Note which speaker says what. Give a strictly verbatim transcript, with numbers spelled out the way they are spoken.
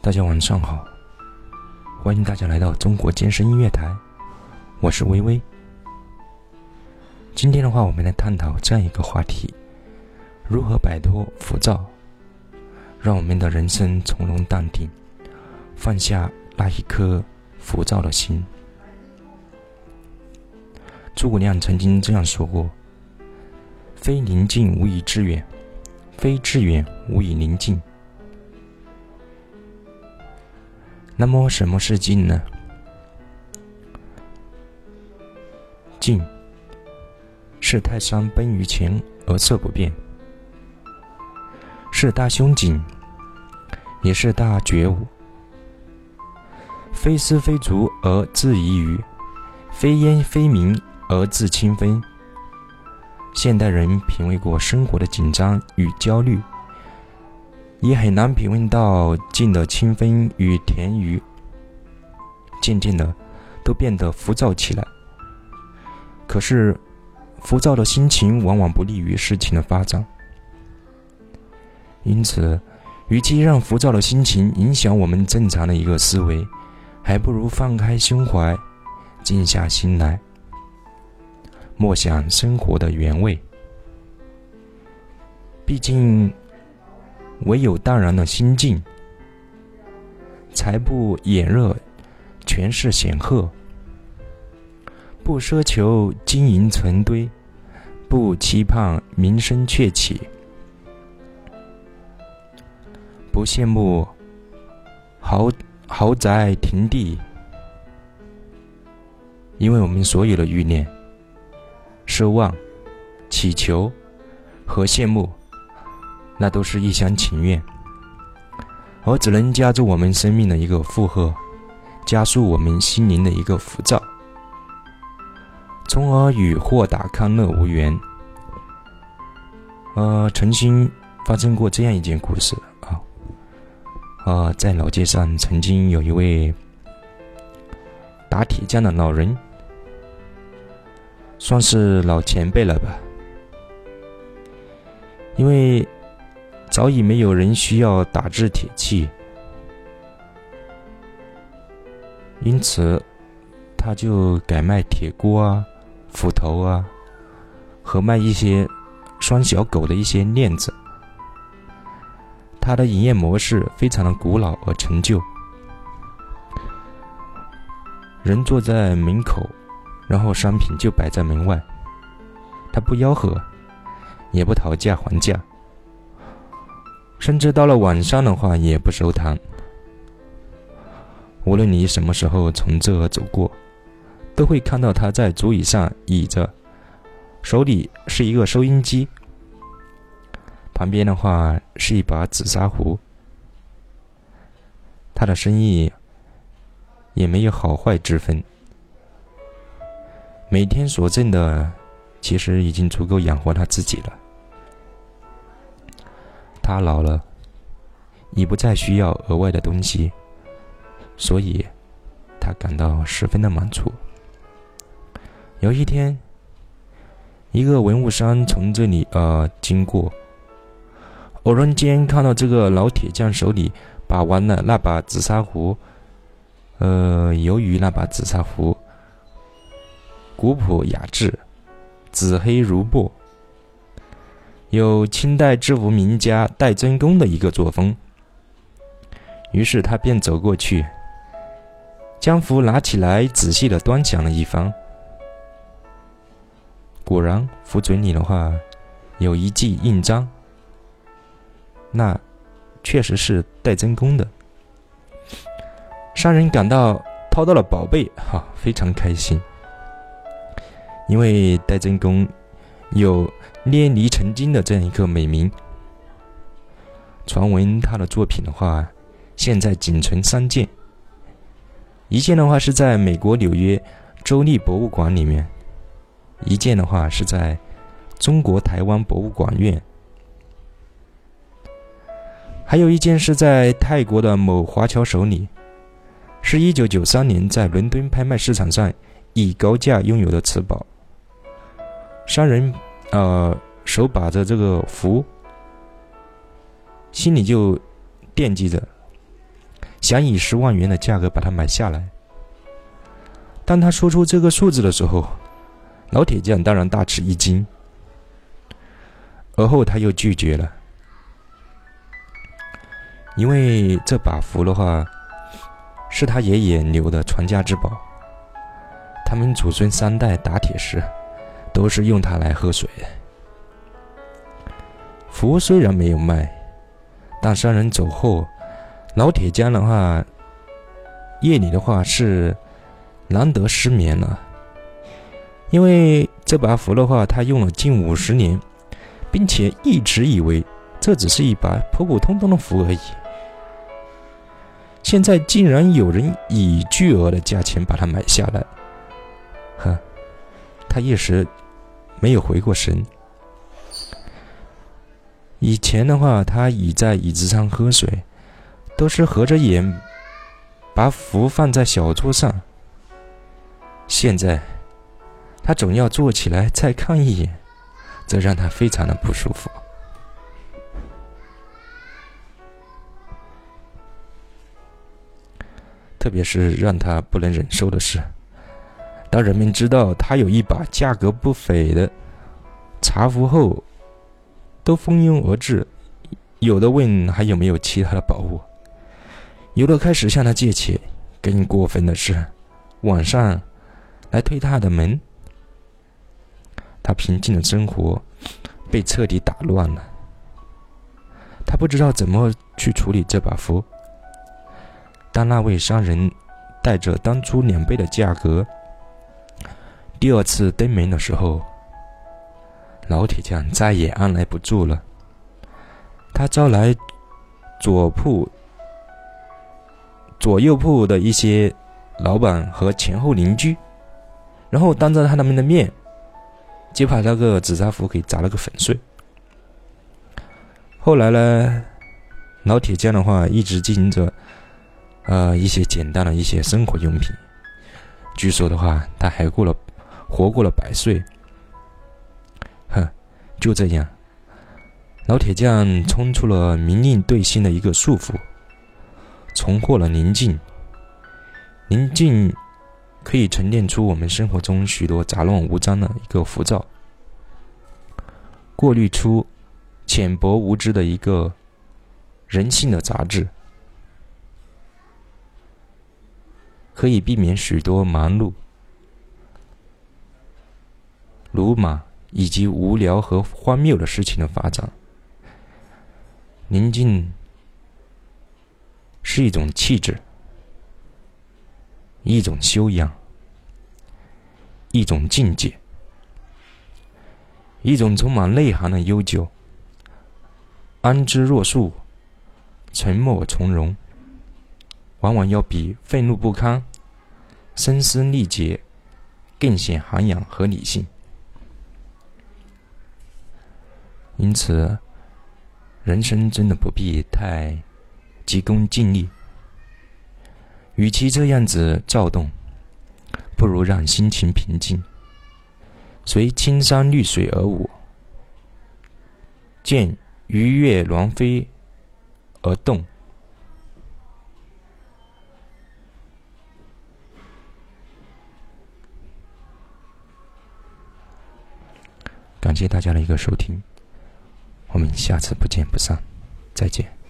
Speaker 1: 大家晚上好，欢迎大家来到中国健身音乐台，我是微微。今天的话，我们来探讨这样一个话题：如何摆脱浮躁，让我们的人生从容淡定，放下那一颗浮躁的心。诸葛亮曾经这样说过：非宁静无以致远，非致远无以宁静。那么什么是静呢？静是泰山崩于前而色不变，是大胸襟，也是大觉悟。非丝非竹而自怡于，非烟非明而自清芬。现代人品味过生活的紧张与焦虑，也很难品味到静的清芬与甜愉，渐渐的都变得浮躁起来。可是浮躁的心情往往不利于事情的发展，因此与其让浮躁的心情影响我们正常的一个思维，还不如放开胸怀，静下心来，默想生活的原味。毕竟唯有淡然的心境，才不眼热权势显赫，不奢求金银成堆，不期盼名声鹊起，不羡慕豪豪宅庭地。因为我们所有的欲念、奢望、祈求和羡慕，那都是一厢情愿，而只能加重我们生命的一个负荷，加速我们心灵的一个浮躁，从而与豁达康乐无缘。呃，曾经发生过这样一件故事啊，呃，在老街上曾经有一位打铁匠的老人，算是老前辈了吧，因为早已没有人需要打制铁器，因此他就改卖铁锅啊、斧头啊，和卖一些拴小狗的一些链子。他的营业模式非常的古老而陈旧，人坐在门口，然后商品就摆在门外，他不吆喝，也不讨价还价，甚至到了晚上的话也不收摊。无论你什么时候从这儿走过，都会看到他在竹椅上倚着，手里是一个收音机，旁边的话是一把紫砂壶。他的生意也没有好坏之分，每天所挣的其实已经足够养活他自己了。他老了，已不再需要额外的东西，所以他感到十分的满足。有一天，一个文物商从这里呃经过，偶然间看到这个老铁匠手里把玩了那把紫砂壶。呃，由于那把紫砂壶古朴雅致，紫黑如墨，有清代知府名家戴真公的一个作风，于是他便走过去，将壶拿起来仔细地端详了一番。果然壶嘴里的话有一记印章，那确实是戴真公的。商人感到掏到了宝贝，哈，非常开心，因为戴真公有捏泥成金的这样一个美名。传闻他的作品的话，现在仅存三件，一件的话是在美国纽约州立博物馆里面，一件的话是在中国台湾博物馆院，还有一件是在泰国的某华侨手里，是一九九三年在伦敦拍卖市场上以高价拥有的此宝。商人呃手把着这个符，心里就惦记着， 想以十万元的价格把它买下来。当他说出这个数字的时候，老铁匠当然大吃一惊，而后他又拒绝了，因为这把符的话是他爷爷留的传家之宝，他们祖孙三代打铁时都是用它来喝水。符虽然没有卖，但商人走后，老铁匠的话夜里的话是难得失眠了，因为这把符的话他用了近五十年，并且一直以为这只是一把普普通通的符而已，现在竟然有人以巨额的价钱把它买下来。呵，他一时没有回过神。以前的话他倚在椅子上喝水，都是合着眼把符放在小桌上，现在他总要坐起来再看一眼，这让他非常的不舒服。特别是让他不能忍受的是，当人们知道他有一把价格不菲的茶符后，都蜂拥而至，有的问还有没有其他的宝物，有的开始向他借钱，更过分的是晚上来推他的门。他平静的生活被彻底打乱了，他不知道怎么去处理这把符。当那位商人带着当初两倍的价格第二次登门的时候，老铁匠再也按耐不住了，他招来左铺左右铺的一些老板和前后邻居，然后当着他们的面就把那个纸扎符给砸了个粉碎。后来呢，老铁匠的话一直经营着呃一些简单的一些生活用品，据说的话他还过了活过了百岁。哼，就这样，老铁匠冲出了明令对心的一个束缚，重获了宁静。宁静可以沉淀出我们生活中许多杂乱无章的一个浮躁，过滤出浅薄无知的一个人性的杂质，可以避免许多忙碌、鲁莽以及无聊和荒谬的事情的发展。宁静是一种气质，一种修养，一种境界，一种充满内涵的悠久。安之若素，沉默从容，往往要比愤怒不堪、声嘶力竭更显涵养和理性。因此，人生真的不必太急功近利，与其这样子躁动，不如让心情平静，随青山绿水而舞，见鱼跃鸾飞而动。感谢大家的一个收听，我们下次不见不散，再见。